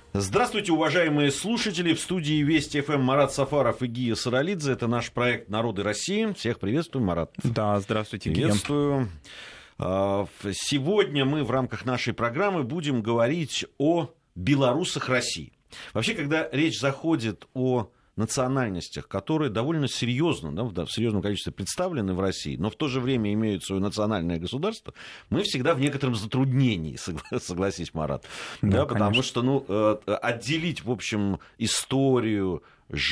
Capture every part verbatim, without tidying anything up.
Здравствуйте, уважаемые слушатели. В студии Вести ФМ Марат Сафаров и Гия Саралидзе. Это наш проект «Народы России». Всех приветствую, Марат. Да, здравствуйте, Гия. Приветствую. Сегодня мы в рамках нашей программы будем говорить о белорусах России. Вообще, когда речь заходит о национальностях, которые довольно серьезно, да, в серьезном количестве представлены в России, но в то же время имеют свое национальное государство, мы всегда в некотором затруднении, согласись, Марат. Да, да, потому что ну, отделить, в общем, историю,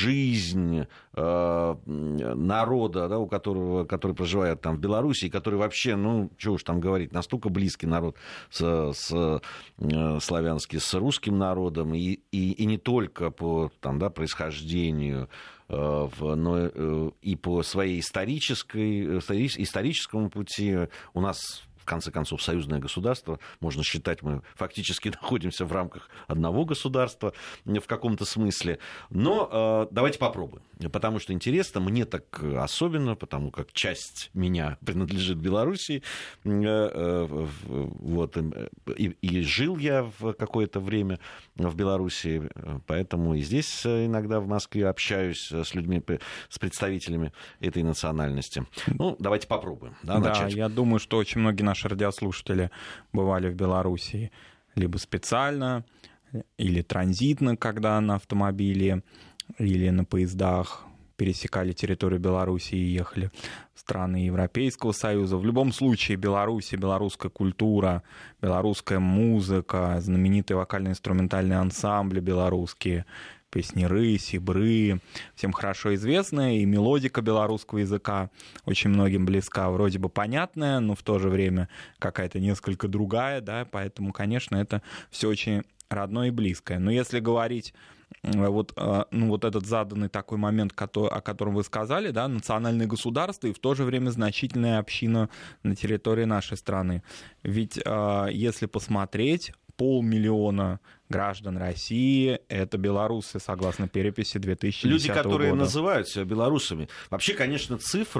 жизнь э, народа, да, у которого, который проживает там в Беларуси, который вообще, ну, что уж там говорить, настолько близкий народ с, с, э, славянский с русским народом, и, и, и не только по там, да, происхождению, э, в, но э, и по своей исторической, историческому пути. У нас, в конце концов, союзное государство, можно считать, мы фактически находимся в рамках одного государства в каком-то смысле. Но э, давайте попробуем, потому что интересно, мне так особенно, потому как часть меня принадлежит Белоруссии, э, э, вот, и, и жил я в какое-то время в Белоруссии, поэтому и здесь иногда в Москве общаюсь с людьми, с представителями этой национальности. Ну, давайте попробуем, да, да, начать. Я думаю, что очень многие наши радиослушатели бывали в Белоруссии либо специально, или транзитно, когда на автомобиле или на поездах пересекали территорию Белоруссии и ехали в страны Европейского Союза. В любом случае Беларусь, белорусская культура, белорусская музыка, знаменитые вокально-инструментальные ансамбли белорусские, песняры, сибры, всем хорошо известная, и мелодика белорусского языка очень многим близка, вроде бы понятная, но в то же время какая-то несколько другая, да, поэтому, конечно, это все очень родное и близкое. Но если говорить вот, ну, вот этот заданный такой момент, о котором вы сказали, да, национальное государство и в то же время значительная община на территории нашей страны. Ведь если посмотреть, полмиллиона граждан России — это белорусы, согласно переписи две тысячи десятого года. Люди, которые называют себя белорусами. Вообще, конечно,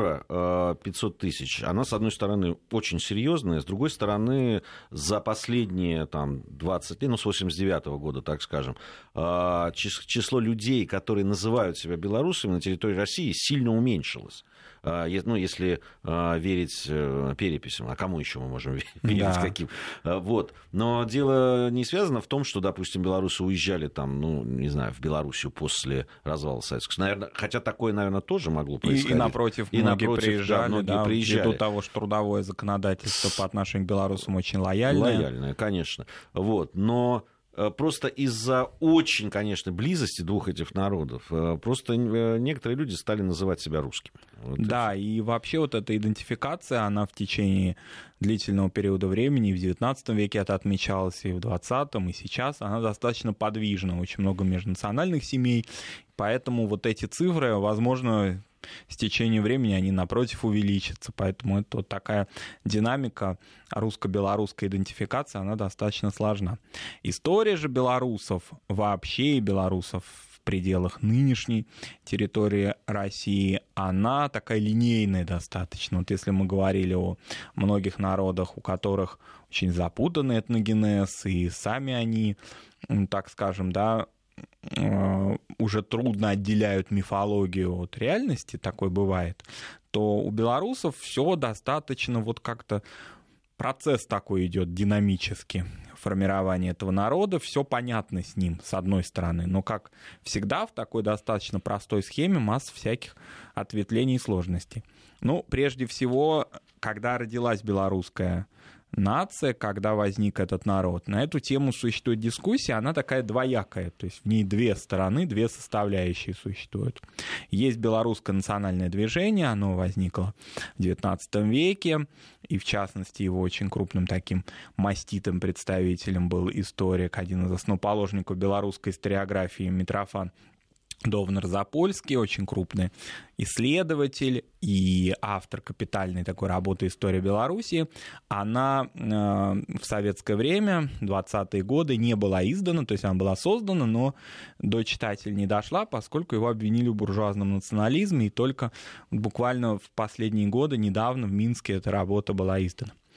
цифра пятьсот тысяч, она, с одной стороны, очень серьезная, с другой стороны, за последние там, двадцать лет, ну, с восемьдесят девятого года, так скажем, число людей, которые называют себя белорусами на территории России, сильно уменьшилось. Ну, если верить переписям, а кому еще мы можем верить, да. Каким? Вот. Но дело не связано в том, что, допустим, белорусы уезжали там, ну, не знаю, в Белоруссию после развала Советского Союза. Наверное, хотя такое, наверное, тоже могло происходить. И, и напротив, и многие напротив, приезжали, да, многие да, приезжали. Ввиду того, что трудовое законодательство по отношению к белорусам очень лояльное. Лояльное, конечно. Вот. Но просто из-за очень, конечно, близости двух этих народов, просто некоторые люди стали называть себя русскими. Вот да, и, и вообще вот эта идентификация, она в течение длительного периода времени, и в девятнадцатом веке это отмечалось, и в двадцатом, и сейчас, она достаточно подвижна, очень много межнациональных семей, поэтому вот эти цифры, возможно, с течением времени они, напротив, увеличатся. Поэтому это вот такая динамика русско-белорусской идентификации, она достаточно сложна. История же белорусов, вообще и белорусов в пределах нынешней территории России, она такая линейная достаточно. Вот если мы говорили о многих народах, у которых очень запутанный этногенез, и сами они, так скажем, да, уже трудно отделяют мифологию от реальности, такое бывает, то у белорусов все достаточно вот как-то процесс такой идет динамический формирования этого народа, все понятно с ним, с одной стороны, но, как всегда, в такой достаточно простой схеме масса всяких ответвлений и сложностей. Ну, прежде всего, когда родилась белорусская нация, когда возник этот народ. На эту тему существует дискуссия, она такая двоякая, то есть в ней две стороны, две составляющие существуют. Есть белорусское национальное движение, оно возникло в девятнадцатом веке, и в частности его очень крупным таким маститым представителем был историк, один из основоположников белорусской историографии Митрофан Довнар-Запольский, очень крупный исследователь и автор капитальной такой работы «История Белоруссии». Она э, в советское время, двадцатые годы, не была издана, то есть она была создана, но до читателя не дошла, поскольку его обвинили в буржуазном национализме, и только буквально в последние годы, недавно в Минске эта работа была издана.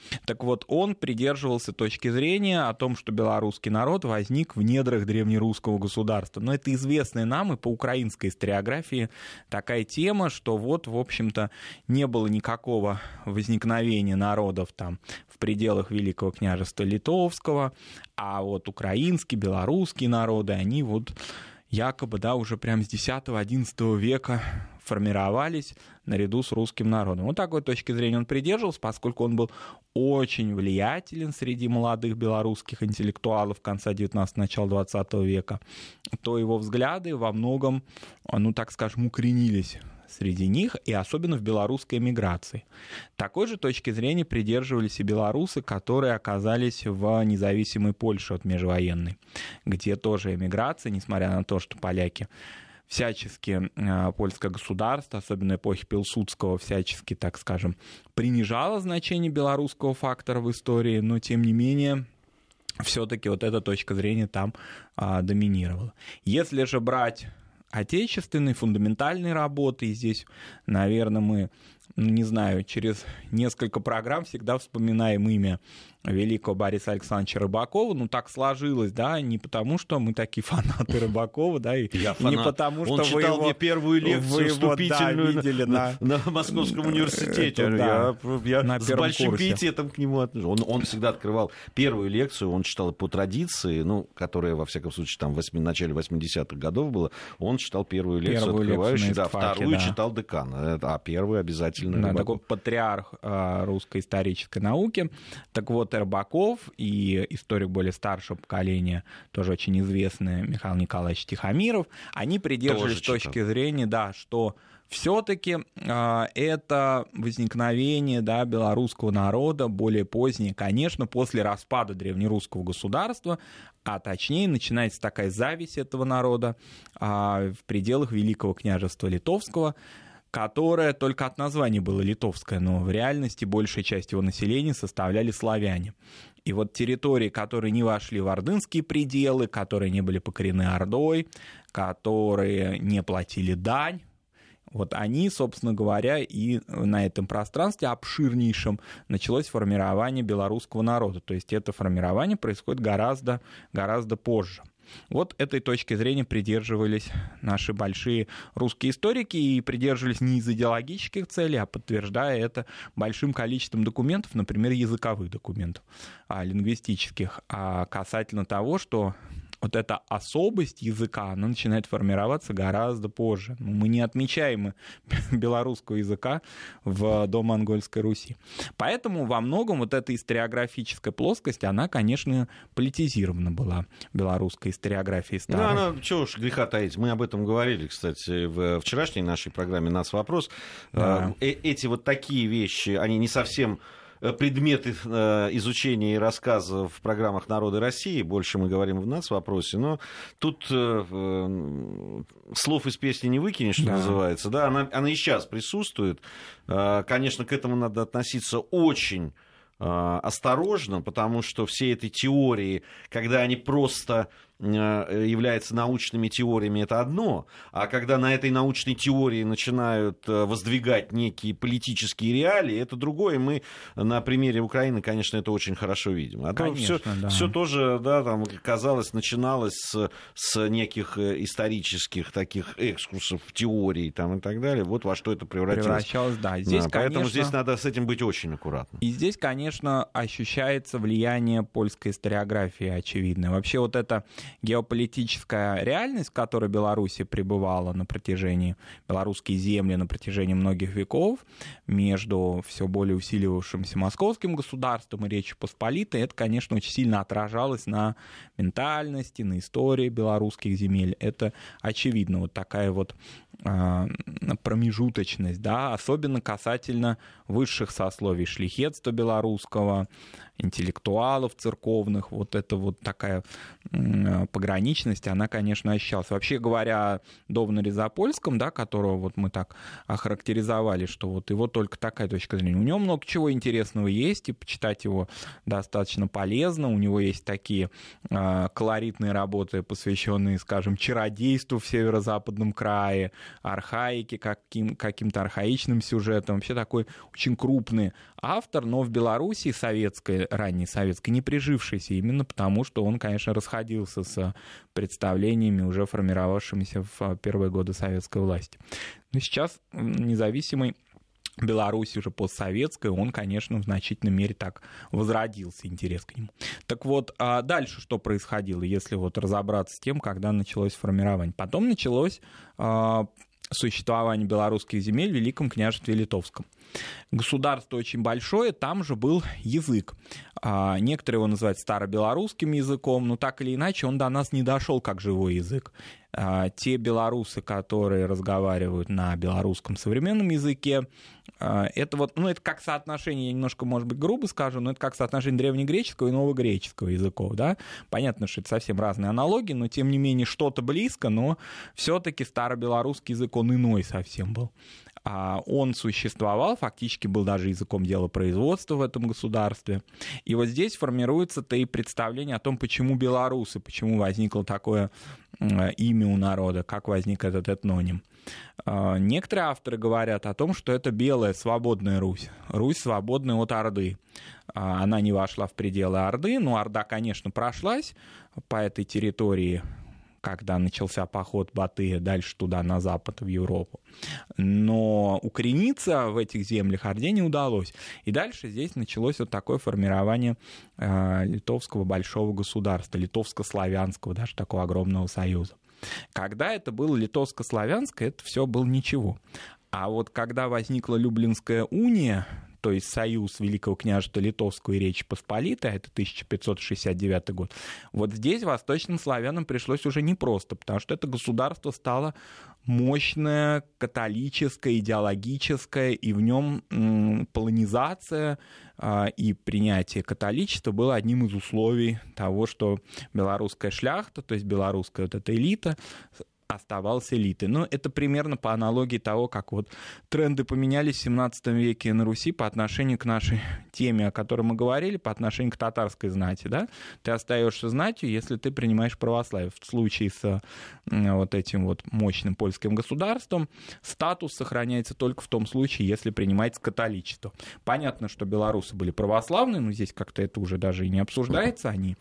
Так вот, он придерживался точки зрения о том, что белорусский народ возник в недрах древнерусского государства. Но это известная нам и по украинской историографии такая тема, что вот, в общем-то, не было никакого возникновения народов там в пределах Великого княжества Литовского, а вот украинские, белорусские народы, они вот якобы, да, уже прям с десятого-одиннадцатого века формировались наряду с русским народом. Вот такой точки зрения он придерживался, поскольку он был очень влиятелен среди молодых белорусских интеллектуалов конца девятнадцатого, начала двадцатого века, то его взгляды во многом, ну, так скажем, укоренились среди них, и особенно в белорусской эмиграции. Такой же точки зрения придерживались и белорусы, которые оказались в независимой Польше от межвоенной, где тоже эмиграция, несмотря на то, что поляки всячески, э, польское государство, особенно эпохи Пилсудского, всячески, так скажем, принижало значение белорусского фактора в истории, но тем не менее все-таки вот эта точка зрения там э, доминировала. Если же брать отечественные, фундаментальные работы, и здесь, наверное, мы, ну, не знаю, через несколько программ всегда вспоминаем имя великого Бориса Александровича Рыбакова. Ну, так сложилось, да, не потому, что мы такие фанаты Рыбакова, да, и Я не фанат. потому, что Он вы читал его, мне первую лекцию вступительную, да, видели на, на, на Московском университете. Да, я я на с большим курсе. пиететом к нему отношусь. Он, он всегда открывал первую лекцию, он читал по традиции, ну, которая, во всяком случае, там в восьми, начале восьмидесятых годов была, он читал первую лекцию, первую открывающую, лекцию да, факе, вторую да. читал декан, а первую обязательно Да, Рыбаков. такой патриарх э, русской исторической науки. Так вот, Рыбаков и историк более старшего поколения, тоже очень известный Михаил Николаевич Тихомиров, они придерживались точки зрения, да, что все-таки э, это возникновение, да, белорусского народа более позднее, конечно, после распада древнерусского государства, а точнее начинается такая зависть этого народа э, в пределах Великого княжества Литовского, которое только от названия было литовское, но в реальности большая часть его населения составляли славяне. И вот территории, которые не вошли в ордынские пределы, которые не были покорены Ордой, которые не платили дань, вот они, собственно говоря, и на этом пространстве обширнейшем началось формирование белорусского народа. То есть это формирование происходит гораздо, гораздо позже. Вот этой точки зрения придерживались наши большие русские историки и придерживались не из идеологических целей, а подтверждая это большим количеством документов, например, языковых документов, а, лингвистических, а касательно того, что вот эта особость языка, она начинает формироваться гораздо позже. Мы не отмечаем белорусского языка в домонгольской Руси. Поэтому во многом вот эта историографическая плоскость, она, конечно, политизирована была, белорусская историография старая. Ну, она, чего уж греха таить, мы об этом говорили, кстати, в вчерашней нашей программе «Нас вопрос». Да. Э- эти вот такие вещи, они не совсем предметы изучения и рассказа в программах «Народы России», больше мы говорим в нас вопросе, но тут э, слов из песни не выкинешь, что да. называется, да, она, она и сейчас присутствует, конечно, к этому надо относиться очень осторожно, потому что все эти теории, когда они просто являются научными теориями, это одно, а когда на этой научной теории начинают воздвигать некие политические реалии, это другое. Мы на примере Украины, конечно, это очень хорошо видим. А конечно, то все, да. все тоже, да, там, казалось, начиналось с, с неких исторических таких экскурсов, теорий там, и так далее. Вот во что это превратилось. Превращалось, да. Здесь, да, поэтому конечно, здесь надо с этим быть очень аккуратным. И здесь, конечно, ощущается влияние польской историографии очевидное. Вообще вот это геополитическая реальность, в которой Беларусь пребывала на протяжении, белорусские земли на протяжении многих веков, между все более усиливавшимся московским государством и Речью Посполитой, это, конечно, очень сильно отражалось на ментальности, на истории белорусских земель. Это очевидно, вот такая вот э, промежуточность, да, особенно касательно высших сословий шляхетства белорусского, интеллектуалов церковных, вот это вот такая э, пограничность, она, конечно, ощущалась. Вообще говоря, о Довнаре Запольском, да, которого вот мы так охарактеризовали, что вот его только такая точка зрения. У него много чего интересного есть, и почитать его достаточно полезно. У него есть такие э, колоритные работы, посвященные, скажем, чародейству в северо-западном крае, архаике, каким, каким-то архаичным сюжетом. Вообще такой очень крупный автор, но в Белоруссии советской, ранней советской, не прижившийся, именно потому, что он, конечно, расходился с представлениями, уже формировавшимися в первые годы советской власти. Но сейчас независимый Беларусь уже постсоветская, он, конечно, в значительной мере так возродился, интерес к нему. Так вот, а дальше что происходило, если вот разобраться с тем, когда началось формирование? Потом началось а, существование белорусских земель в Великом княжестве Литовском. Государство очень большое, там же был язык. А, некоторые его называют старобелорусским языком, но так или иначе он до нас не дошел как живой язык. А, те белорусы, которые разговаривают на белорусском современном языке, а, это вот, ну, это как соотношение, я немножко, может быть, грубо скажу, но это как соотношение древнегреческого и новогреческого языков, да. Понятно, что это совсем разные аналогии, но тем не менее что-то близко, но все-таки старобелорусский язык, он иной совсем был. Он существовал, фактически был даже языком делопроизводства в этом государстве. И вот здесь формируется-то и представление о том, почему белорусы, почему возникло такое имя у народа, как возник этот этноним. Некоторые авторы говорят о том, что это белая свободная Русь, Русь свободная от Орды. Она не вошла в пределы Орды, но Орда, конечно, прошлась по этой территории, когда начался поход Батыя дальше туда, на запад, в Европу. Но укорениться в этих землях Орде не удалось. И дальше здесь началось вот такое формирование э, литовского большого государства, литовско-славянского, даже такого огромного союза. Когда это было литовско-славянское, это все было ничего. А вот когда возникла Люблинская уния, то есть союз Великого княжества Литовского и Речи Посполитой, это тысяча пятьсот шестьдесят девятый год, вот здесь восточным славянам пришлось уже непросто, потому что это государство стало мощное, католическое, идеологическое, и в нем м, полонизация а, и принятие католичества было одним из условий того, что белорусская шляхта, то есть белорусская вот эта элита, оставался элитой. Но это примерно по аналогии того, как вот тренды поменялись в семнадцатом веке на Руси по отношению к нашей теме, о которой мы говорили, по отношению к татарской знати. Да? Ты остаешься знатью, если ты принимаешь православие. В случае с вот этим вот мощным польским государством статус сохраняется только в том случае, если принимается католичество. Понятно, что белорусы были православные, но здесь как-то это уже даже и не обсуждается. Они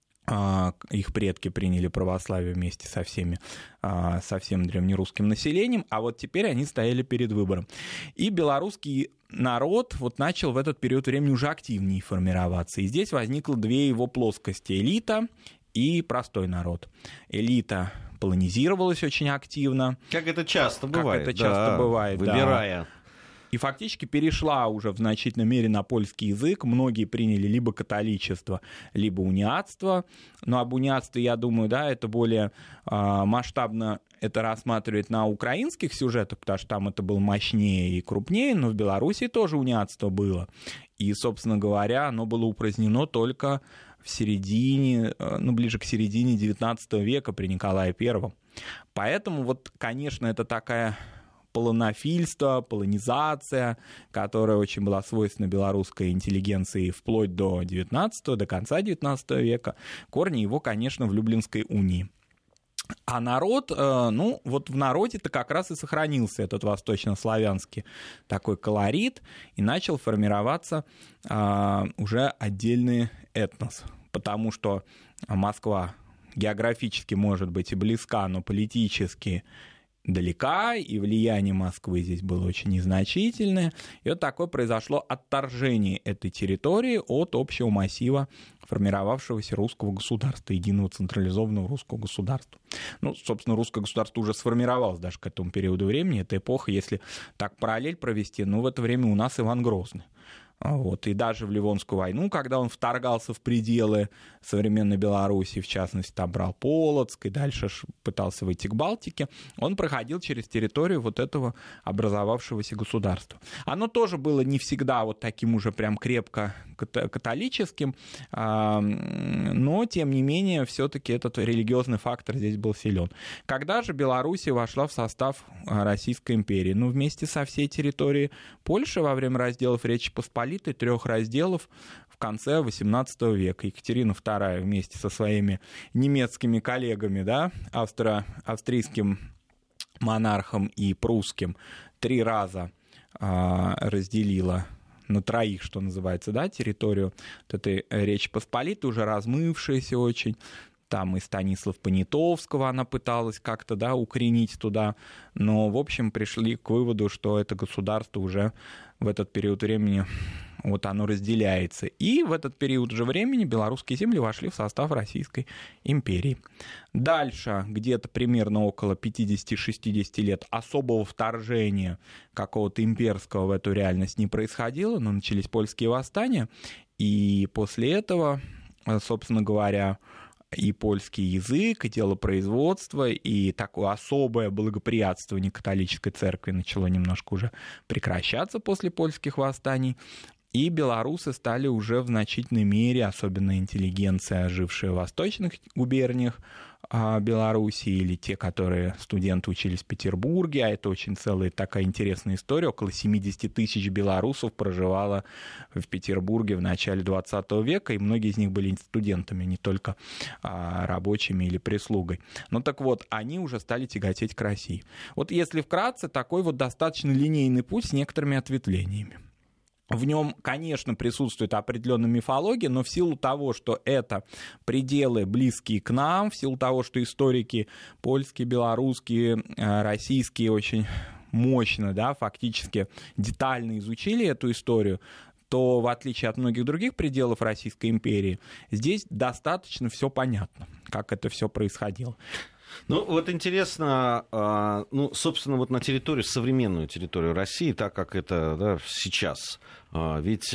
их предки приняли православие вместе со всеми, со всем древнерусским населением, а вот теперь они стояли перед выбором. И белорусский народ вот начал в этот период времени уже активнее формироваться. И здесь возникло две его плоскости: элита и простой народ. Элита полонизировалась очень активно. Как это часто бывает. Как это часто да, бывает, выбирая. Да. И фактически перешла уже в значительной мере на польский язык. Многие приняли либо католичество, либо униатство. Но об униатстве, я думаю, да, это более а, масштабно это рассматривать на украинских сюжетах, потому что там это было мощнее и крупнее, но в Беларуси тоже униатство было. И, собственно говоря, оно было упразднено только в середине, ну, ближе к середине девятнадцатого века при Николае Первом. Поэтому вот, конечно, это такая полонофильство, полонизация, которая очень была свойственна белорусской интеллигенции вплоть до девятнадцатого, до конца девятнадцатого века. Корни его, конечно, в Люблинской унии. А народ, ну, вот в народе-то как раз и сохранился этот восточнославянский такой колорит, и начал формироваться уже отдельный этнос, потому что Москва географически может быть и близка, но политически далека, и влияние Москвы здесь было очень незначительное. И вот такое произошло отторжение этой территории от общего массива формировавшегося русского государства, единого централизованного русского государства. Ну, собственно, русское государство уже сформировалось даже к этому периоду времени. Это эпоха, если так параллель провести, ну, в это время у нас Иван Грозный. Вот. И даже в Ливонскую войну, когда он вторгался в пределы современной Беларуси, в частности, там брал Полоцк и дальше пытался выйти к Балтике, он проходил через территорию вот этого образовавшегося государства. Оно тоже было не всегда вот таким уже прям крепко католическим, но, тем не менее, все-таки этот религиозный фактор здесь был силен. Когда же Белоруссия вошла в состав Российской империи? Ну, вместе со всей территорией Польши во время разделов Речи Посполитой, трех разделов в конце восемнадцатого века. Екатерина вторая вместе со своими немецкими коллегами, да, австро- австрийским монархом и прусским, три раза а, разделила на троих, что называется, да, территорию вот этой Речи Посполитой, уже размывшаяся очень. Там и Станислав Понятовского она пыталась как-то, да, укоренить туда. Но, в общем, пришли к выводу, что это государство уже в этот период времени, вот оно разделяется. И в этот период же времени белорусские земли вошли в состав Российской империи. Дальше, где-то примерно около пятьдесят-шестьдесят лет, особого вторжения какого-то имперского в эту реальность не происходило, но начались польские восстания. И после этого, собственно говоря, и польский язык, и делопроизводство, и такое особое благоприятствование католической церкви начало немножко уже прекращаться после польских восстаний. И белорусы стали уже в значительной мере, особенно интеллигенция, жившая в восточных губерниях Белоруссии, или те, которые студенты учились в Петербурге, а это очень целая такая интересная история, около семьдесят тысяч белорусов проживало в Петербурге в начале двадцатого века, и многие из них были студентами, не только а, рабочими или прислугой. Ну так вот, они уже стали тяготеть к России. Вот если вкратце, такой вот достаточно линейный путь с некоторыми ответвлениями. В нем, конечно, присутствует определенная мифология, но в силу того, что это пределы близкие к нам, в силу того, что историки польские, белорусские, российские очень мощно, да, фактически детально изучили эту историю, то, в отличие от многих других пределов Российской империи, здесь достаточно все понятно, как это все происходило. Ну, вот интересно, ну, собственно, вот на территорию, современную территорию России, так как это, да, сейчас, ведь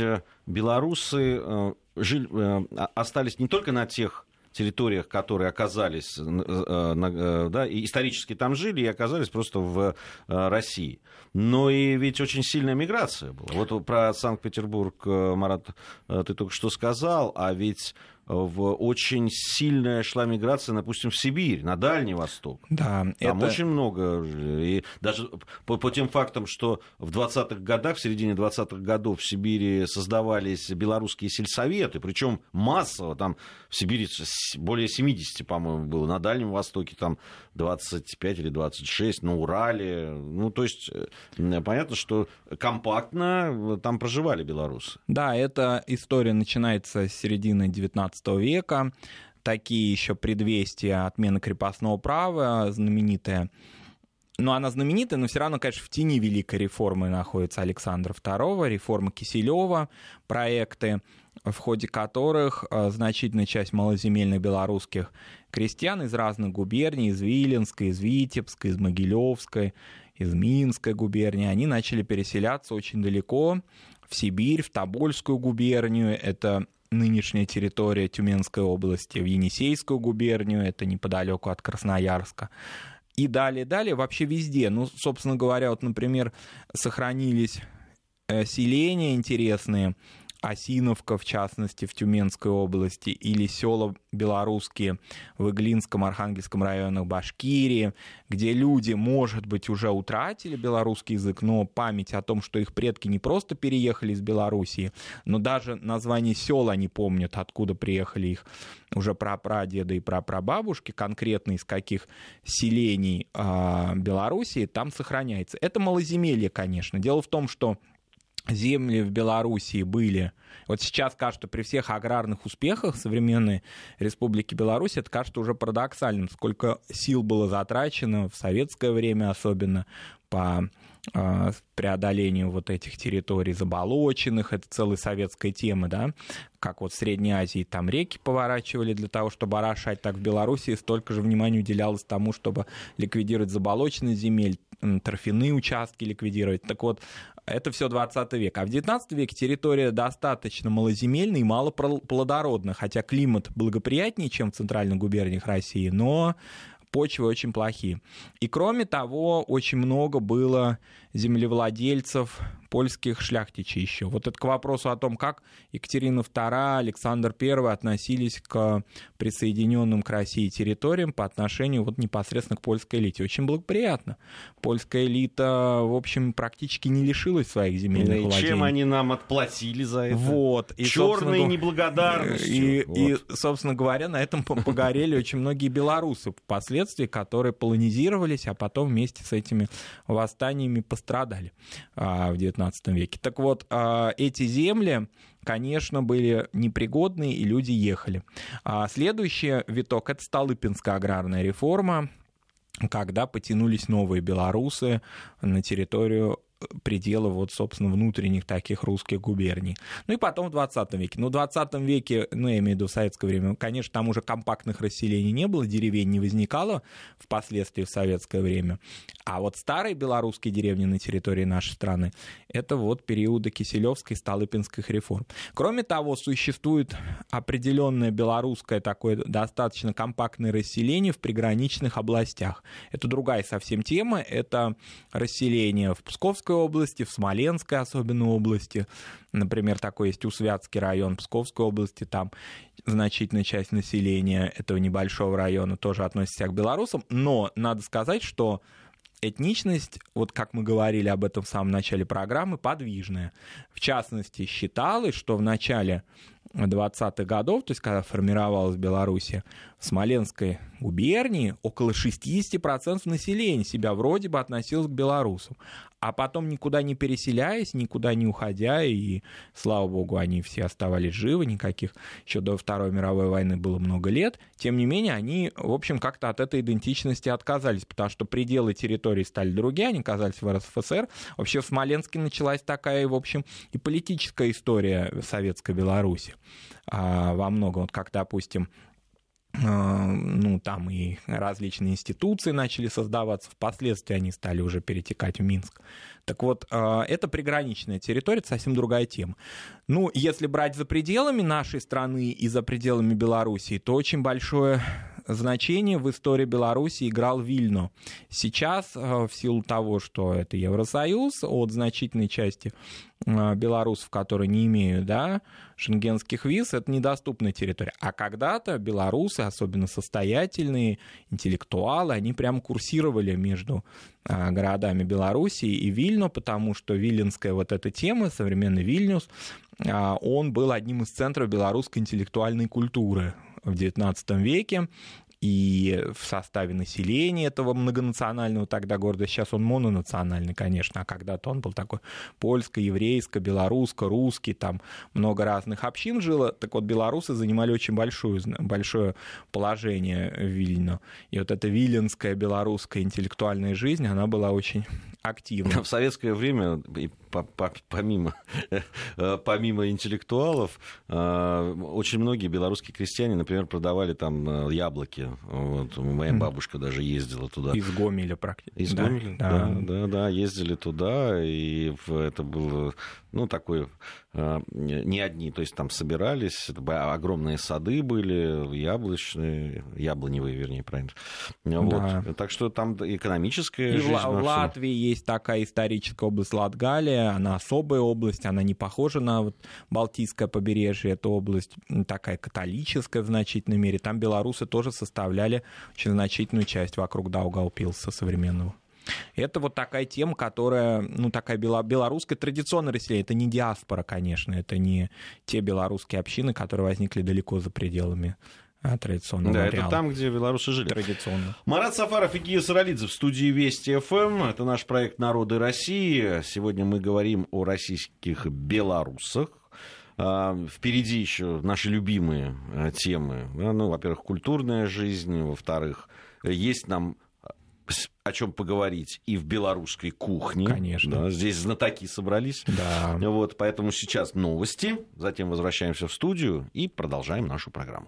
белорусы жили, остались не только на тех территориях, которые оказались, да, и исторически там жили и оказались просто в России. Но и ведь очень сильная миграция была. Вот про Санкт-Петербург, Марат, ты только что сказал, а ведь в очень сильная шла миграция, допустим, в Сибирь, на Дальний Восток. Да, там это... очень много. И даже по, по тем фактам, что в двадцатых годах, в середине двадцатых годов в Сибири создавались белорусские сельсоветы, причем массово, там в Сибири более семьдесят, по-моему, было, на Дальнем Востоке там двадцать пять или двадцать шесть, на Урале. Ну, то есть, понятно, что компактно там проживали белорусы. Да, эта история начинается с середины девятнадцатого века. Такие еще предвестия отмены крепостного права, знаменитая. Ну, она знаменитая, но все равно, конечно, в тени великой реформы находится Александра второго, реформа Киселева, проекты, в ходе которых значительная часть малоземельных белорусских крестьян из разных губерний, из Виленской, из Витебской, из Могилевской, из Минской губернии, они начали переселяться очень далеко, в Сибирь, в Тобольскую губернию, это нынешняя территория Тюменской области, в Енисейскую губернию, это неподалеку от Красноярска. И далее, далее, вообще везде. Ну, собственно говоря, вот, например, сохранились селения интересные, Осиновка, в частности, в Тюменской области, или села белорусские в Иглинском, Архангельском районах Башкирии, где люди, может быть, уже утратили белорусский язык, но память о том, что их предки не просто переехали из Белоруссии, но даже название сел они помнят, откуда приехали их уже прапрадеды и прапрабабушки, конкретно из каких селений э, Белоруссии, там сохраняется. Это малоземелье, конечно. Дело в том, что земли в Белоруссии были... Вот сейчас кажется, при всех аграрных успехах современной Республики Беларусь, это кажется уже парадоксальным, сколько сил было затрачено в советское время, особенно по э, преодолению вот этих территорий заболоченных. Это целая советская тема, да, как вот в Средней Азии там реки поворачивали для того, чтобы орошать, так в Белоруссии столько же внимания уделялось тому, чтобы ликвидировать заболоченные земель, торфяные участки ликвидировать. Так вот, это все двадцатый век. А в девятнадцатом веке территория достаточно малоземельная и малоплодородна, хотя климат благоприятнее, чем в центральных губерниях России, но почвы очень плохие. И кроме того, очень много было землевладельцев, польских шляхтичей еще. Вот это к вопросу о том, как Екатерина вторая, Александр первый относились к присоединенным к России территориям по отношению вот непосредственно к польской элите. Очень благоприятно. Польская элита, в общем, практически не лишилась своих земельных и владений. Чем они нам отплатили за это? Вот. И, черной неблагодарностью. И, вот. и, собственно говоря, на этом погорели очень многие белорусы впоследствии, которые полонизировались, а потом вместе с этими восстаниями пострадали в девятнадцатом веке. Так вот, эти земли, конечно, были непригодны, и люди ехали. Следующий виток — это Столыпинская аграрная реформа, когда потянулись новые белорусы на территорию пределы, вот, собственно, внутренних таких русских губерний. Ну и потом в двадцатом веке. Ну, в двадцатом веке, ну, я имею в виду в советское время, конечно, там уже компактных расселений не было, деревень не возникало впоследствии в советское время. А вот старые белорусские деревни на территории нашей страны — это вот периоды Киселевской и Столыпинских реформ. Кроме того, существует определенное белорусское такое достаточно компактное расселение в приграничных областях. Это другая совсем тема, это расселение в Псковской области, в Смоленской особенно области. Например, такой есть Усвятский район Псковской области, там значительная часть населения этого небольшого района тоже относится к белорусам. Но надо сказать, что этничность, вот как мы говорили об этом в самом начале программы, подвижная. В частности, считалось, что в начале двадцатых годов, то есть когда формировалась Белоруссия, в Смоленской губернии около шестьдесят процентов населения себя вроде бы относилось к белорусам. А потом, никуда не переселяясь, никуда не уходя, и, слава богу, они все оставались живы, никаких еще до Второй мировой войны было много лет, тем не менее, они, в общем, как-то от этой идентичности отказались, потому что пределы территории стали другие, они оказались в эр эс эф эс эр. Вообще в Смоленске началась такая, в общем, и политическая история советской Беларуси. А, во многом, вот как, допустим, ну, там и различные институции начали создаваться, впоследствии они стали уже перетекать в Минск. Так вот, это приграничная территория, это совсем другая тема. Ну, если брать за пределами нашей страны и за пределами Белоруссии, то очень большое значение в истории Беларуси играл Вильно. Сейчас, в силу того, что это Евросоюз, от значительной части белорусов, которые не имеют, да, шенгенских виз, это недоступная территория. А когда-то белорусы, особенно состоятельные, интеллектуалы, они прямо курсировали между а, городами Белоруссии и Вильно, потому что виленская вот эта тема, современный Вильнюс, а, он был одним из центров белорусской интеллектуальной культуры в девятнадцатом веке. И в составе населения этого многонационального тогда города, сейчас он мононациональный, конечно, а когда-то он был такой польско, еврейско, белорусско, русский, там много разных общин жило. Так вот, белорусы занимали очень большое, большое положение в Вильно. И вот эта виленская белорусская интеллектуальная жизнь, она была очень активна. В советское время, помимо, помимо интеллектуалов, очень многие белорусские крестьяне, например, продавали там яблоки. Вот, моя бабушка даже ездила туда. Из Гомеля практически. Из да, Гомеля, да. Да, да, да, ездили туда, и это было, ну, такое, не одни, то есть там собирались, огромные сады были, яблочные, яблоневые, вернее, правильно. Вот. Да. Так что там экономическая и жизнь. В, в Латвии есть такая историческая область Латгалия, она особая область, она не похожа на вот Балтийское побережье, это область такая католическая в значительной мере, там белорусы тоже составляли очень значительную часть вокруг Даугавпилса современного. Это вот такая тема, которая, ну, такая белорусская традиционная расселение. Это не диаспора, конечно, это не те белорусские общины, которые возникли далеко за пределами традиционного Да, ареала. Это там, где белорусы жили. Традиционно. Марат Сафаров и Гия Саралидзе в студии Вести эф эм. Это наш проект «Народы России». Сегодня мы говорим о российских белорусах. Впереди еще наши любимые темы. Ну, во-первых, культурная жизнь. Во-вторых, есть нам о чем поговорить и в белорусской кухне. Конечно. Да, здесь знатоки собрались. Да. Вот, поэтому сейчас новости. Затем возвращаемся в студию и продолжаем нашу программу.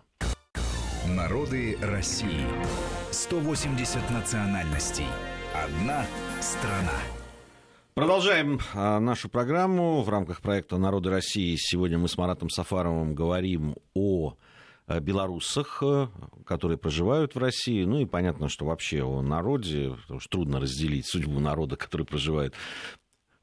Народы России. сто восемьдесят национальностей. Одна страна. Продолжаем нашу программу в рамках проекта «Народы России». Сегодня мы с Маратом Сафаровым говорим о белорусах, которые проживают в России. Ну и понятно, что вообще о народе, потому что трудно разделить судьбу народа, который проживает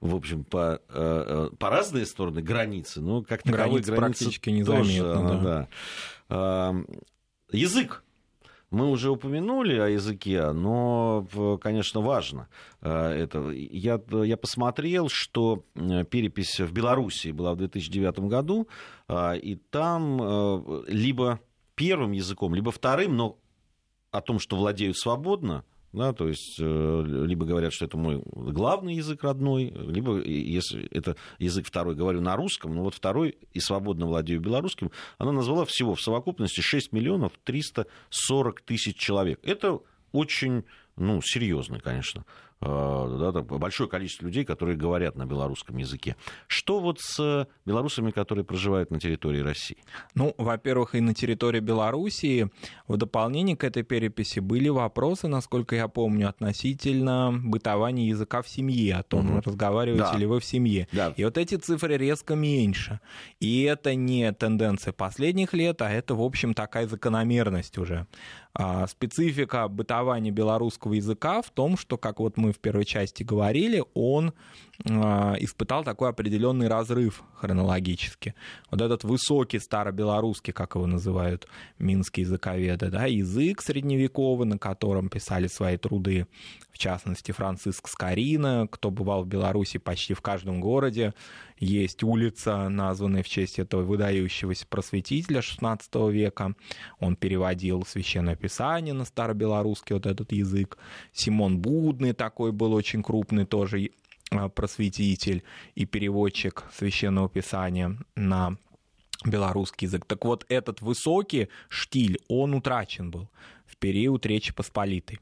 в общем, по, по разные стороны границы, но как таковой границы границы практически незаметно. Да. Да. Язык. Мы уже упомянули о языке, но, конечно, важно это. Я, я посмотрел, что перепись в Белоруссии была в две тысячи девятом году, и там либо первым языком, либо вторым, но о том, что владеют свободно, да, то есть либо говорят, что это мой главный язык родной, либо, если это язык второй, говорю на русском, но вот второй и свободно владею белорусским, она назвала всего в совокупности шесть миллионов триста сорок тысяч человек. Это очень, ну, серьезно, конечно, да, большое количество людей, которые говорят на белорусском языке. Что вот с белорусами, которые проживают на территории России? Ну, во-первых, и на территории Белоруссии в дополнение к этой переписи были вопросы, насколько я помню, относительно бытования языка в семье, о том, угу. разговариваете да. ли вы в семье. Да. И вот эти цифры резко меньше. И это не тенденция последних лет, а это, в общем, такая закономерность уже. А специфика бытования белорусского языка в том, что, как вот мы в первой части говорили, он э, испытал такой определенный разрыв хронологически. Вот этот высокий старобелорусский, как его называют минские языковеды, да, язык средневековый, на котором писали свои труды, в частности, Франциск Скорина, кто бывал в Беларуси почти в каждом городе. Есть улица, названная в честь этого выдающегося просветителя шестнадцатого века. Он переводил Священное Писание на старобелорусский, вот этот язык. Симон Будный такой был очень крупный тоже просветитель и переводчик Священного Писания на белорусский язык. Так вот, этот высокий штиль, он утрачен был в период Речи Посполитой.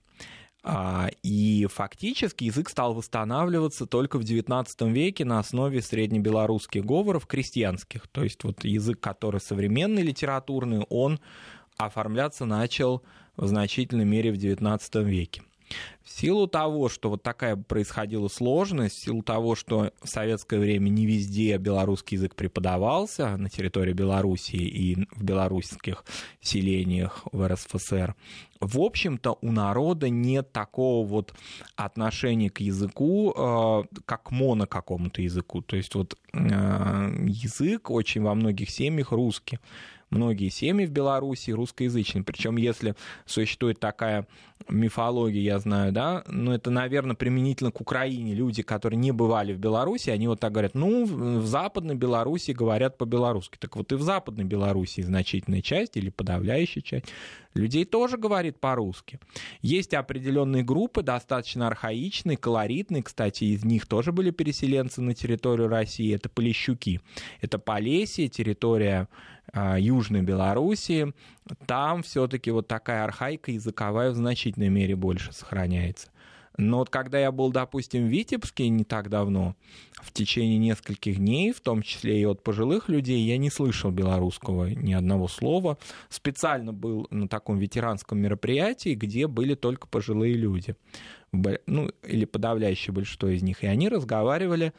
И фактически язык стал восстанавливаться только в девятнадцатом веке на основе среднебелорусских говоров крестьянских. То есть вот язык, который современный, литературный, он оформляться начал в значительной мере в девятнадцатом веке. В силу того, что вот такая происходила сложность, в силу того, что в советское время не везде белорусский язык преподавался на территории Белоруссии и в белорусских селениях в эр эс эф эс эр, в общем-то, у народа нет такого вот отношения к языку, э, как к моно какому-то языку. То есть вот э, язык очень во многих семьях русский. Многие семьи в Беларуси русскоязычные. Причем, если существует такая мифология, я знаю, да, но это, наверное, применительно к Украине. Люди, которые не бывали в Беларуси, они вот так говорят, ну, в Западной Беларуси говорят по-белорусски. Так вот и в Западной Беларуси значительная часть или подавляющая часть людей тоже говорит по-русски. Есть определенные группы, достаточно архаичные, колоритные, кстати, из них тоже были переселенцы на территорию России, это полещуки. Это Полесье, территория э, Южной Белоруссии. Там все-таки вот такая архаика языковая в значительной мере больше сохраняется. Но вот когда я был, допустим, в Витебске не так давно, в течение нескольких дней, в том числе и от пожилых людей, я не слышал белорусского ни одного слова. Специально был на таком ветеранском мероприятии, где были только пожилые люди. Ну, или подавляющее большинство из них. И они разговаривали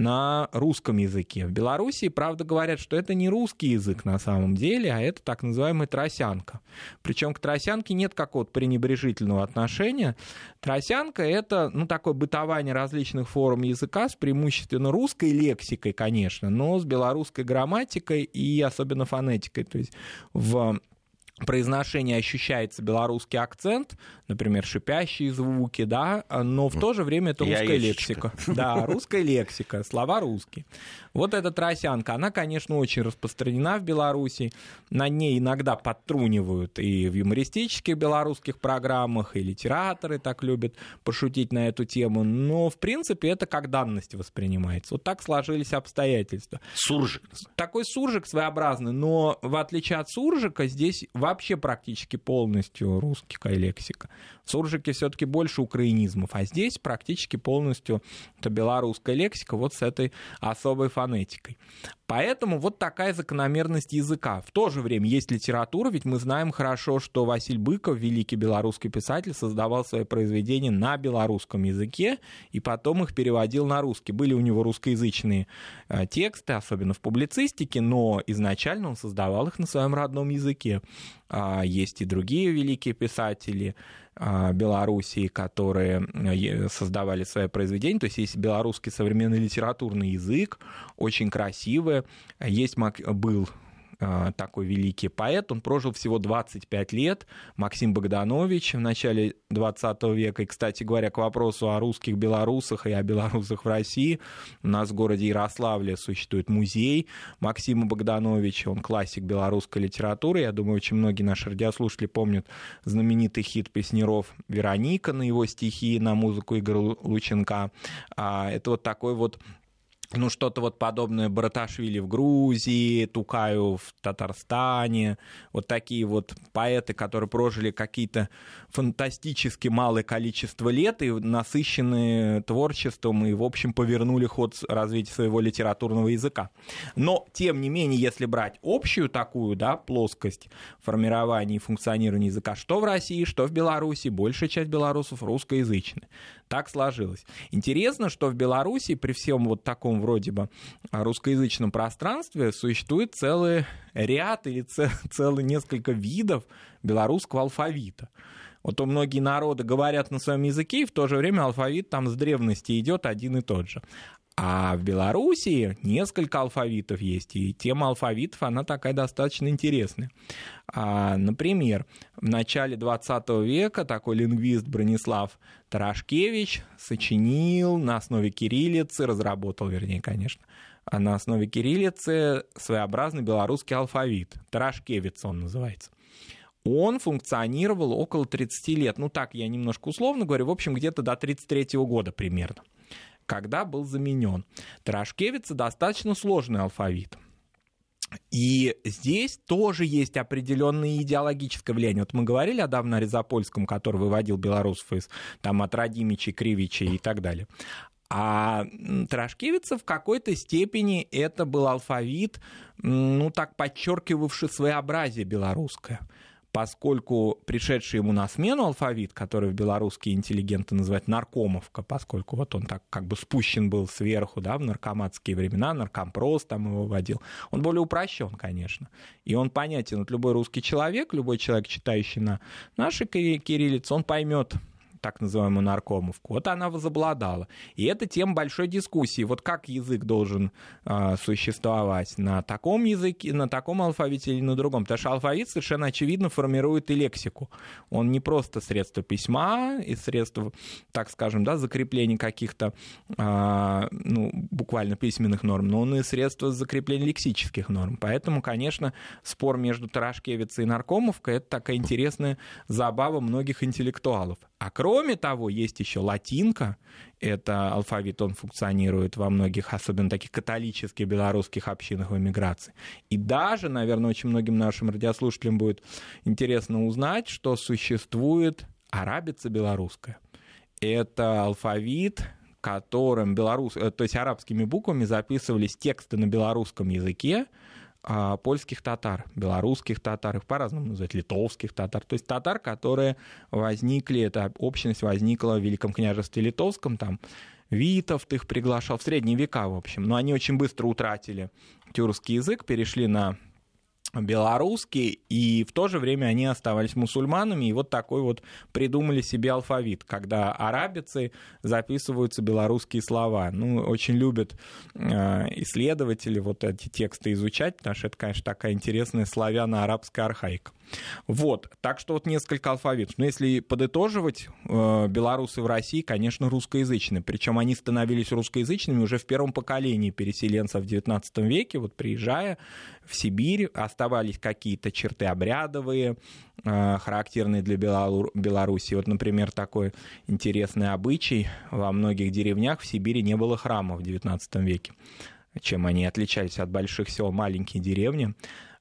на русском языке. В Белоруссии, правда, говорят, что это не русский язык на самом деле, а это так называемая тросянка. Причем к тросянке нет какого-то пренебрежительного отношения. Тросянка — это, ну, такое бытование различных форм языка с преимущественно русской лексикой, конечно, но с белорусской грамматикой и особенно фонетикой. То есть в произношении ощущается белорусский акцент, например, шипящие звуки, да, но в то же время это русская лексика. Да, русская лексика, слова русские. Вот эта тросянка, она, конечно, очень распространена в Беларуси. На ней иногда подтрунивают и в юмористических белорусских программах, и литераторы так любят пошутить на эту тему, но, в принципе, это как данность воспринимается. Вот так сложились обстоятельства. Суржик. Такой суржик своеобразный, но в отличие от суржика, здесь вообще практически полностью русская лексика. В суржике все-таки больше украинизмов, а здесь практически полностью это белорусская лексика вот с этой особой фонетикой. Поэтому вот такая закономерность языка. В то же время есть литература, ведь мы знаем хорошо, что Василь Быков, великий белорусский писатель, создавал свои произведения на белорусском языке и потом их переводил на русский. Были у него русскоязычные тексты, особенно в публицистике, но изначально он создавал их на своем родном языке. Есть и другие великие писатели Белоруссии, которые создавали свои произведения. То есть есть белорусский современный литературный язык, очень красивый. Есть был такой великий поэт, он прожил всего двадцать пять лет, Максим Богданович в начале двадцатого века. И, кстати говоря, к вопросу о русских белорусах и о белорусах в России, у нас в городе Ярославле существует музей Максима Богдановича, он классик белорусской литературы. Я думаю, очень многие наши радиослушатели помнят знаменитый хит Песняров «Вероника» на его стихи, на музыку Игоря Лученка. Это вот такой вот, ну, что-то вот подобное Бараташвили в Грузии, Тукаю в Татарстане, вот такие вот поэты, которые прожили какие-то фантастически малое количество лет и насыщенные творчеством, и, в общем, повернули ход развития своего литературного языка. Но, тем не менее, если брать общую такую, да, плоскость формирования и функционирования языка, что в России, что в Беларуси, большая часть белорусов русскоязычны. Так сложилось. Интересно, что в Беларуси при всем вот таком вроде бы русскоязычном пространстве существует целый ряд или целый несколько видов белорусского алфавита. Вот многие народы говорят на своем языке, и в то же время алфавит там с древности идет один и тот же. А в Белоруссии несколько алфавитов есть, и тема алфавитов, она такая достаточно интересная. А, например, в начале двадцатого века такой лингвист Бронислав Тарашкевич сочинил на основе кириллицы, разработал, вернее, конечно, на основе кириллицы своеобразный белорусский алфавит. Тарашкевец он называется. Он функционировал около тридцати лет. Ну так, я немножко условно говорю, в общем, где-то до тридцать третьего года примерно, когда был заменен. Тарашкевица достаточно сложный алфавит. И здесь тоже есть определенное идеологическое влияние. Вот мы говорили о Давнаре Запольском, который выводил белорусов из там, от Радимичей, Кривичей и так далее. А Тарашкевица в какой-то степени это был алфавит, ну так подчеркивавший своеобразие белорусское. Поскольку пришедший ему на смену алфавит, который в белорусские интеллигенты называют наркомовка, поскольку вот он так как бы спущен был сверху, да, в наркоматские времена, наркомпрос там его вводил, он более упрощен, конечно. И он понятен, вот любой русский человек, любой человек, читающий на нашей кириллице, он поймет так называемую наркомовку. Вот она возобладала. И это тема большой дискуссии. Вот как язык должен э, существовать на таком языке, на таком алфавите или на другом. Потому что алфавит совершенно очевидно формирует и лексику. Он не просто средство письма и средство, так скажем, да, закрепления каких-то э, ну, буквально письменных норм, но он и средство закрепления лексических норм. Поэтому, конечно, спор между Тарашкевицей и наркомовкой — это такая интересная забава многих интеллектуалов. А кроме того, есть еще латинка. Это алфавит, он функционирует во многих, особенно таких католических белорусских общинах в эмиграции. И даже, наверное, очень многим нашим радиослушателям будет интересно узнать, что существует арабица белорусская. Это алфавит, которым белорус, то есть арабскими буквами записывались тексты на белорусском языке польских татар, белорусских татар, их по-разному называют, литовских татар, то есть татар, которые возникли, эта общность возникла в Великом княжестве Литовском, там Витовт их приглашал в средние века, в общем, но они очень быстро утратили тюркский язык, перешли на белорусский, и в то же время они оставались мусульманами, и вот такой вот придумали себе алфавит, когда арабицы записываются белорусские слова. Ну, очень любят э, исследователи вот эти тексты изучать, потому что это, конечно, такая интересная славяно-арабская архаика. Вот, так что вот несколько алфавитов. Но если подытоживать, э, белорусы в России, конечно, русскоязычные, причем они становились русскоязычными уже в первом поколении переселенцев в девятнадцатом веке, вот приезжая в Сибирь, оставались какие-то черты обрядовые, э, характерные для Белору- Белоруссии. Вот, например, такой интересный обычай: во многих деревнях в Сибири не было храмов в девятнадцатом веке. Чем они отличались от больших сел, маленькие деревни.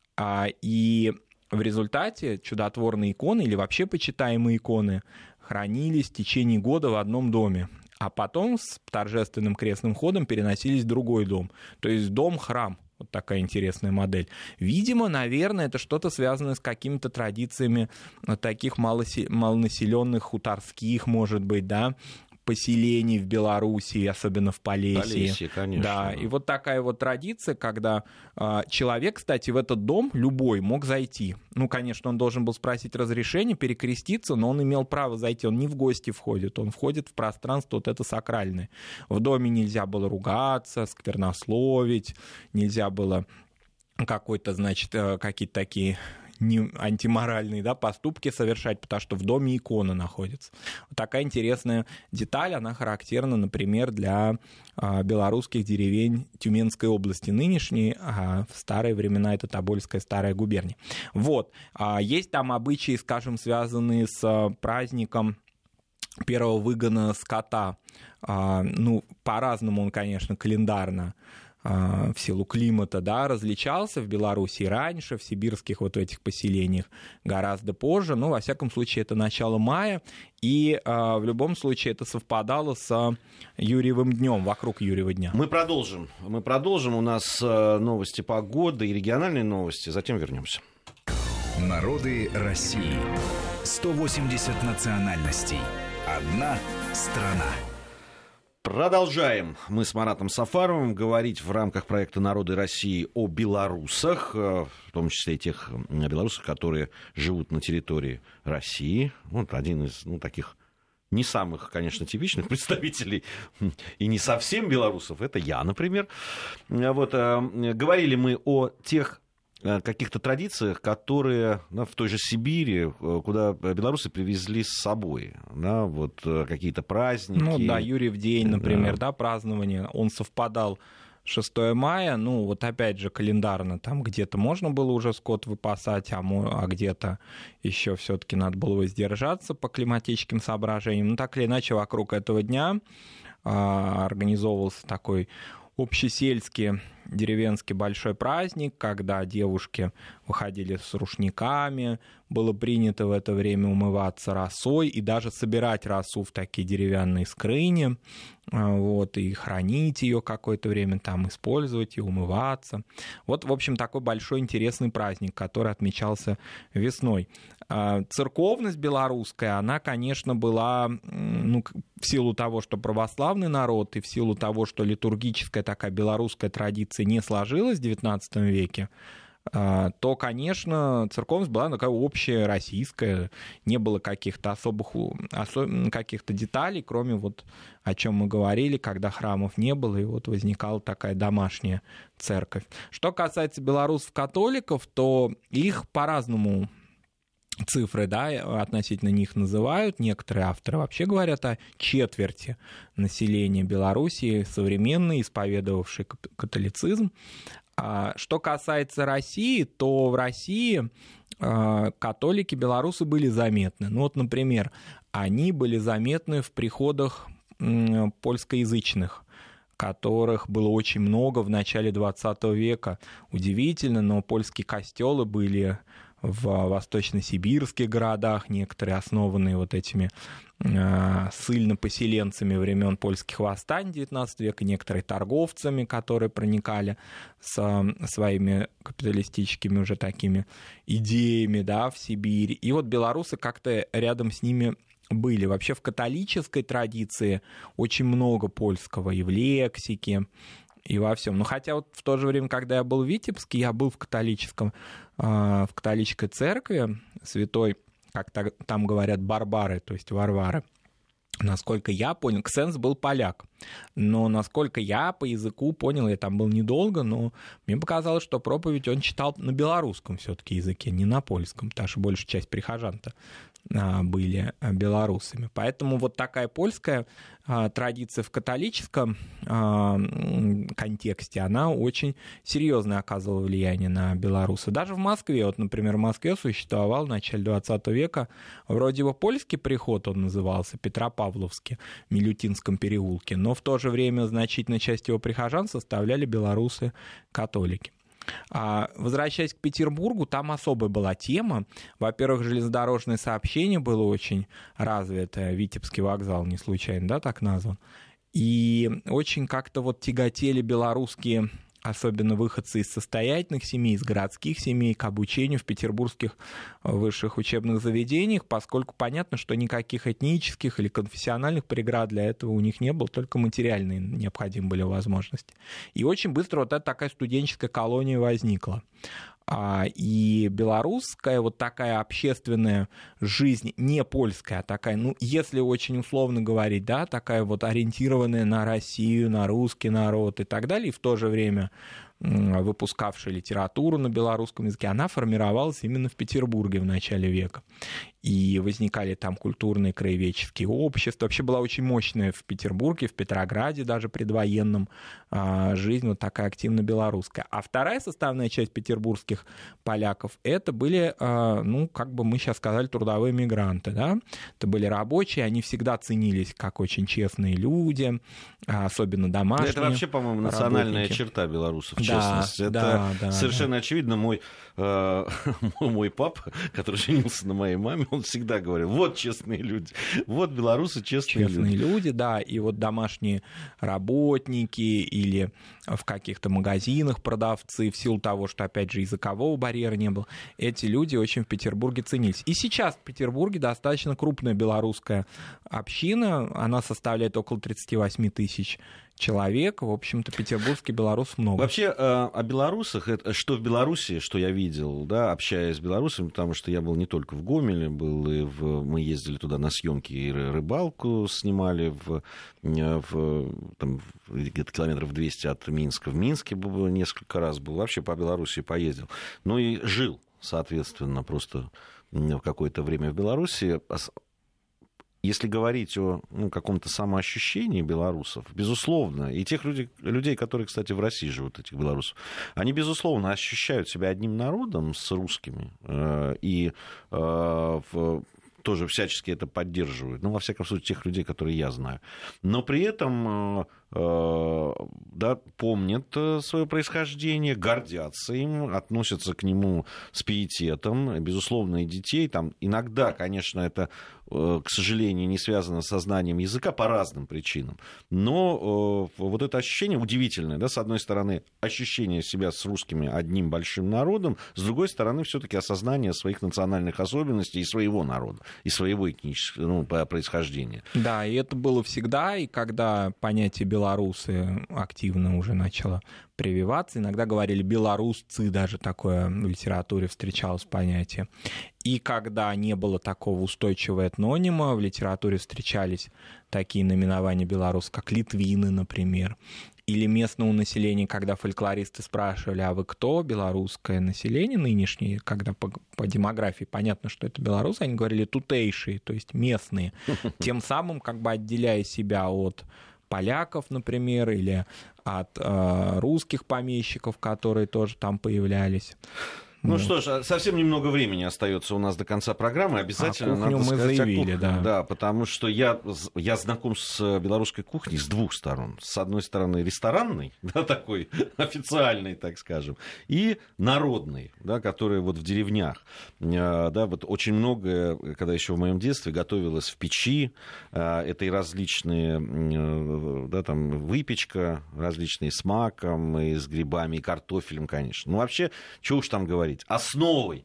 А, и в результате чудотворные иконы или вообще почитаемые иконы хранились в течение года в одном доме, а потом с торжественным крестным ходом переносились в другой дом. То есть дом-храм. Вот такая интересная модель. Видимо, наверное, это что-то связанное с какими-то традициями таких малонаселенных, хуторских, может быть, да, поселений в Белоруссии, особенно в Полесье. Полесье, конечно. Да, и вот такая вот традиция, когда э, человек, кстати, в этот дом любой мог зайти. Ну, конечно, он должен был спросить разрешение, перекреститься, но он имел право зайти. Он не в гости входит, он входит в пространство вот это сакральное. В доме нельзя было ругаться, сквернословить, нельзя было какой-то, значит, какие-то такие... не антиморальные, да, поступки совершать, потому что в доме икона находится. Вот такая интересная деталь, она характерна, например, для а, белорусских деревень Тюменской области нынешней, а в старые времена это Тобольская старая губерния. Вот. А, есть там обычаи, скажем, связанные с а, праздником первого выгона скота. А, ну, по-разному он, конечно, календарно в силу климата, да, различался в Беларуси раньше, в сибирских вот этих поселениях гораздо позже, но, во всяком случае, это начало мая, и в любом случае это совпадало с Юрьевым днем, вокруг Юрьева дня. Мы продолжим, мы продолжим, у нас новости погоды и региональные новости, затем вернемся. Народы России. сто восемьдесят национальностей. Одна страна. Продолжаем мы с Маратом Сафаровым говорить в рамках проекта «Народы России» о белорусах, в том числе и тех белорусах, которые живут на территории России. Вот один из, ну, таких не самых, конечно, типичных представителей и не совсем белорусов, это я, например. Вот, говорили мы о тех каких-то традициях, которые, да, в той же Сибири, куда белорусы привезли с собой, да, вот какие-то праздники. Ну да, Юрьев день, например, да, да, празднование, он совпадал шестое мая, ну вот опять же календарно, там где-то можно было уже скот выпасать, а, а где-то еще все-таки надо было воздержаться по климатическим соображениям. Ну так или иначе вокруг этого дня а, организовывался такой общесельский деревенский большой праздник, когда девушки выходили с рушниками, было принято в это время умываться росой и даже собирать росу в такие деревянные скрыни, вот, и хранить ее какое-то время, там использовать и умываться. Вот, в общем, такой большой интересный праздник, который отмечался весной. Церковность белорусская, она, конечно, была, ну, в силу того, что православный народ, и в силу того, что литургическая такая белорусская традиция не сложилась в девятнадцатом веке, то, конечно, церковность была такая общая, российская, не было каких-то особых особ... каких-то деталей, кроме вот о чем мы говорили, когда храмов не было, и вот возникала такая домашняя церковь. Что касается белорусов-католиков, то их по-разному цифры, да, относительно них называют. Некоторые авторы вообще говорят о четверти населения Белоруссии, современные, исповедовавшие католицизм. Что касается России, то в России католики белорусы были заметны. Ну вот, например, они были заметны в приходах польскоязычных, которых было очень много в начале двадцатого века. Удивительно, но польские костелы были в восточно-сибирских городах, некоторые основанные вот этими э, ссыльно-поселенцами времен польских восстаний девятнадцатого века, некоторые торговцами, которые проникали с э, своими капиталистическими уже такими идеями, да, в Сибирь. И вот белорусы как-то рядом с ними были. Вообще в католической традиции очень много польского и в лексике, и во всем. Но хотя вот в то же время, когда я был в Витебске, я был в католическом, в католической церкви святой, как там говорят, Барбары, то есть Варвары. Насколько я понял, ксенз был поляк, но насколько я по языку понял, я там был недолго, но мне показалось, что проповедь он читал на белорусском все-таки языке, не на польском, потому что большая часть прихожан-то были белорусами. Поэтому вот такая польская традиция в католическом контексте, она очень серьезно оказывала влияние на белорусов. Даже в Москве, вот, например, в Москве существовал в начале двадцатого века вроде бы польский приход, он назывался, Петропавловский, в Милютинском переулке, но в то же время значительная часть его прихожан составляли белорусы-католики. А возвращаясь к Петербургу, там особая была тема. Во-первых, железнодорожное сообщение было очень развито, Витебский вокзал не случайно, да, так назван. И очень как-то вот тяготели белорусские особенно выходцы из состоятельных семей, из городских семей, к обучению в петербургских высших учебных заведениях, поскольку понятно, что никаких этнических или конфессиональных преград для этого у них не было, только материальные необходимы были возможности. И очень быстро вот эта такая студенческая колония возникла. И белорусская вот такая общественная жизнь, не польская, а такая, ну, если очень условно говорить, да, такая вот ориентированная на Россию, на русский народ и так далее, и в то же время выпускавшая литературу на белорусском языке, она формировалась именно в Петербурге в начале века. И возникали там культурные краеведческие общества. Вообще была очень мощная в Петербурге, в Петрограде даже предвоенном жизнь вот такая активно белорусская. А вторая составная часть петербургских поляков, это были, ну, как бы мы сейчас сказали, трудовые мигранты, да? Это были рабочие, они всегда ценились как очень честные люди, особенно домашние. Это вообще, по-моему, национальная работники. Черта белорусов. Да, честность. Это да, да, совершенно да. очевидно. Мой, э, мой папа, который женился на моей маме, он всегда говорил: вот честные люди, вот белорусы честные, честные люди. люди, да, и вот домашние работники или в каких-то магазинах продавцы, в силу того, что, опять же, языкового барьера не было, эти люди очень в Петербурге ценились. И сейчас в Петербурге достаточно крупная белорусская община, она составляет около тридцать восемь тысяч человек, в общем-то, петербургских белорусов много. Вообще о белорусах, это, что в Беларуси, что я видел, да, общаясь с белорусами, потому что я был не только в Гомеле, был и в, мы ездили туда на съемки и рыбалку снимали в, в, там, где-то километров двести от Минска. В Минске был, несколько раз был, вообще по Беларуси поездил. Ну и жил, соответственно, просто в какое-то время в Беларуси. Если говорить о ну, каком-то самоощущении белорусов, безусловно, и тех людей, людей, которые, кстати, в России живут, этих белорусов, они, безусловно, ощущают себя одним народом с русскими э, и э, в, тоже всячески это поддерживают. Ну, во всяком случае, тех людей, которые я знаю. Но при этом... Э, да, помнят свое происхождение, гордятся им, относятся к нему с пиететом, безусловно, и детей. Там иногда, конечно, это, к сожалению, не связано со знанием языка по разным причинам. Но вот это ощущение удивительное. Да? С одной стороны, ощущение себя с русскими одним большим народом, с другой стороны, все-таки осознание своих национальных особенностей и своего народа, и своего этнического ну, происхождения. Да, и это было всегда, и когда понятие белорусы активно уже начало прививаться. Иногда говорили белорусцы, даже такое в литературе встречалось понятие. И когда не было такого устойчивого этнонима, в литературе встречались такие наименования белорусов, как литвины, например. Или местного населения, когда фольклористы спрашивали, а вы кто? Белорусское население нынешнее, когда по, по демографии понятно, что это белорусы, они говорили тутейшие, то есть местные. Тем самым как бы отделяя себя от поляков, например, или от э, русских помещиков, которые тоже там появлялись. Ну вот. Что ж, совсем немного времени остается у нас до конца программы. Обязательно а надо мы сказать заявили, о кухне. да. Да, потому что я, я знаком с белорусской кухней с двух сторон. С одной стороны ресторанной, да, такой официальной, так скажем, и народной, да, которая вот в деревнях. Да, вот очень многое, когда еще в моем детстве готовилось в печи. Это и различные, да, там, выпечка, различные с маком, и с грибами, и картофелем, конечно. Ну, вообще, чего уж там говорить. Основой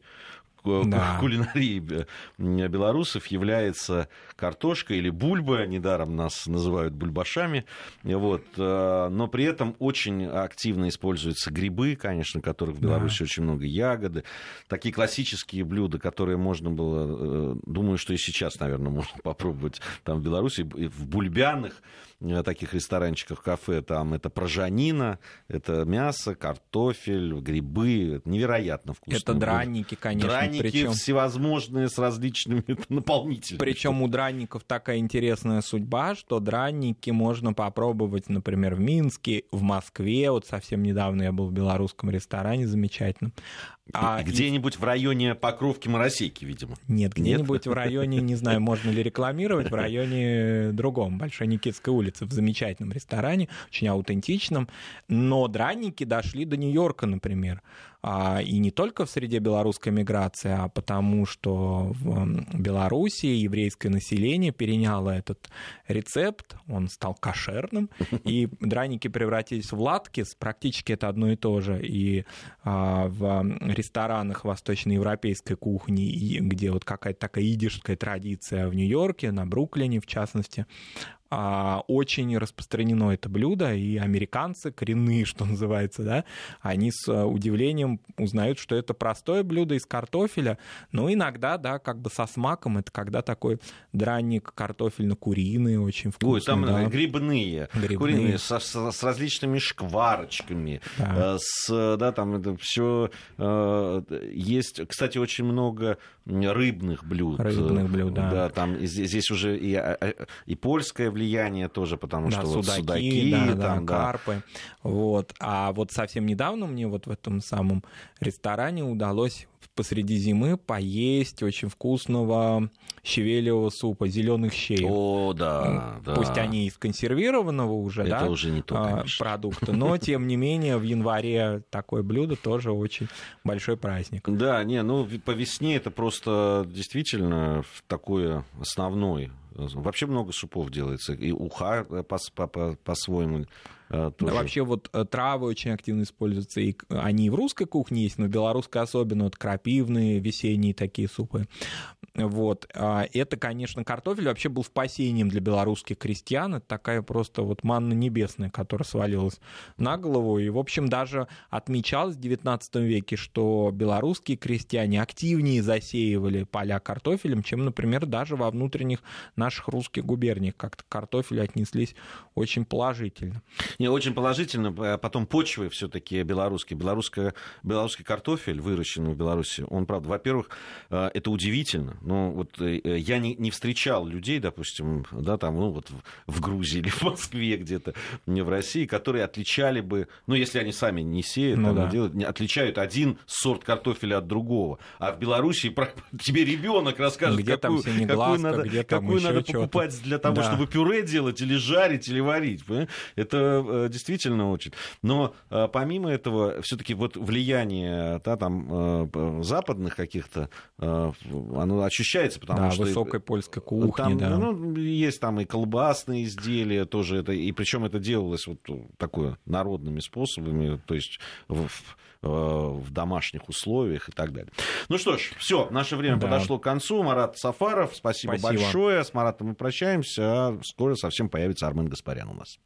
да. кулинарии белорусов является картошка или бульба, недаром нас называют бульбашами, вот. Но при этом очень активно используются грибы, конечно, которых в Беларуси да. очень много, ягоды, такие классические блюда, которые можно было, думаю, что и сейчас, наверное, можно попробовать там в Беларуси, в бульбяных таких ресторанчиках, кафе, там это прожанина, это мясо, картофель, грибы, это невероятно вкусно. Это драники, конечно. Драники причем... всевозможные с различными наполнителями. Причем у дранников такая интересная судьба, что драники можно попробовать, например, в Минске, в Москве, вот совсем недавно я был в белорусском ресторане замечательном, А где-нибудь и... в районе Покровки-Моросейки, видимо. Нет, где-нибудь в районе, не знаю, можно ли рекламировать, в районе другом, Большой Никитской улице, в замечательном ресторане, очень аутентичном. Но драники дошли до Нью-Йорка, например. И не только в среде белорусской миграции, а потому что в Беларуси еврейское население переняло этот рецепт, он стал кошерным, и драники превратились в латкис, практически это одно и то же. И в ресторанах восточноевропейской кухни, где вот какая-то такая идишская традиция в Нью-Йорке, на Бруклине в частности, очень распространено это блюдо, и американцы, коренные, что называется, да, они с удивлением узнают, что это простое блюдо из картофеля, но иногда, да, как бы со смаком, это когда такой драник картофельно-куриный, очень вкусный. Ой, там да. грибные, грибные, куриные, с, с, с различными шкварочками, да. с, да, там это все есть, кстати, очень много рыбных блюд. Рыбных блюд, да. Да, там здесь, здесь уже и, и польское влияние, влияние тоже, потому да, что судаки, вот судаки, да, там, да, да. карпы. Вот. А вот совсем недавно мне вот в этом самом ресторане удалось посреди зимы поесть очень вкусного щавелевого супа, зеленых щей. О, да, Пусть да. Пусть они из консервированного уже, это да, уже не то, конечно. Продукта, но тем не менее в январе такое блюдо тоже очень большой праздник. Да, не, ну по весне это просто действительно такое основное. Вообще много супов делается, и уха по-своему. Да, вообще вот травы очень активно используются, и они и в русской кухне есть, но в белорусской особенно, вот крапивные весенние такие супы. Вот. Это, конечно, картофель вообще был спасением для белорусских крестьян, это такая просто вот манна небесная, которая свалилась на голову, и, в общем, даже отмечалось в девятнадцатом веке, что белорусские крестьяне активнее засеивали поля картофелем, чем, например, даже во внутренних наших русских губерниях, как-то к картофелю отнеслись очень положительно. Не, очень положительно. Потом почвы все-таки белорусские. Белорусская, белорусский картофель, выращенный в Беларуси, он, правда, во-первых, это удивительно. Но вот я не, не встречал людей, допустим, да, там, ну, вот в Грузии или в Москве где-то, в России, которые отличали бы, ну, если они сами не сеют, ну, там, да. делают, отличают один сорт картофеля от другого. А в Беларуси тебе ребенок расскажет, где какую, там какую надо, где какую надо покупать что-то. Для того, да. чтобы пюре делать или жарить, или варить. Понимаете? Это действительно очень. Но помимо этого, все-таки вот влияние да, там, западных каких-то, оно ощущается, потому да, что... высокой польской кухни, там, да. Ну, есть там и колбасные изделия тоже, это, и причем это делалось вот такое народными способами, то есть в, в домашних условиях и так далее. Ну что ж, все, наше время да. подошло к концу. Марат Сафаров, спасибо, спасибо большое. С Маратом мы прощаемся, а скоро совсем появится Армен Гаспарян у нас.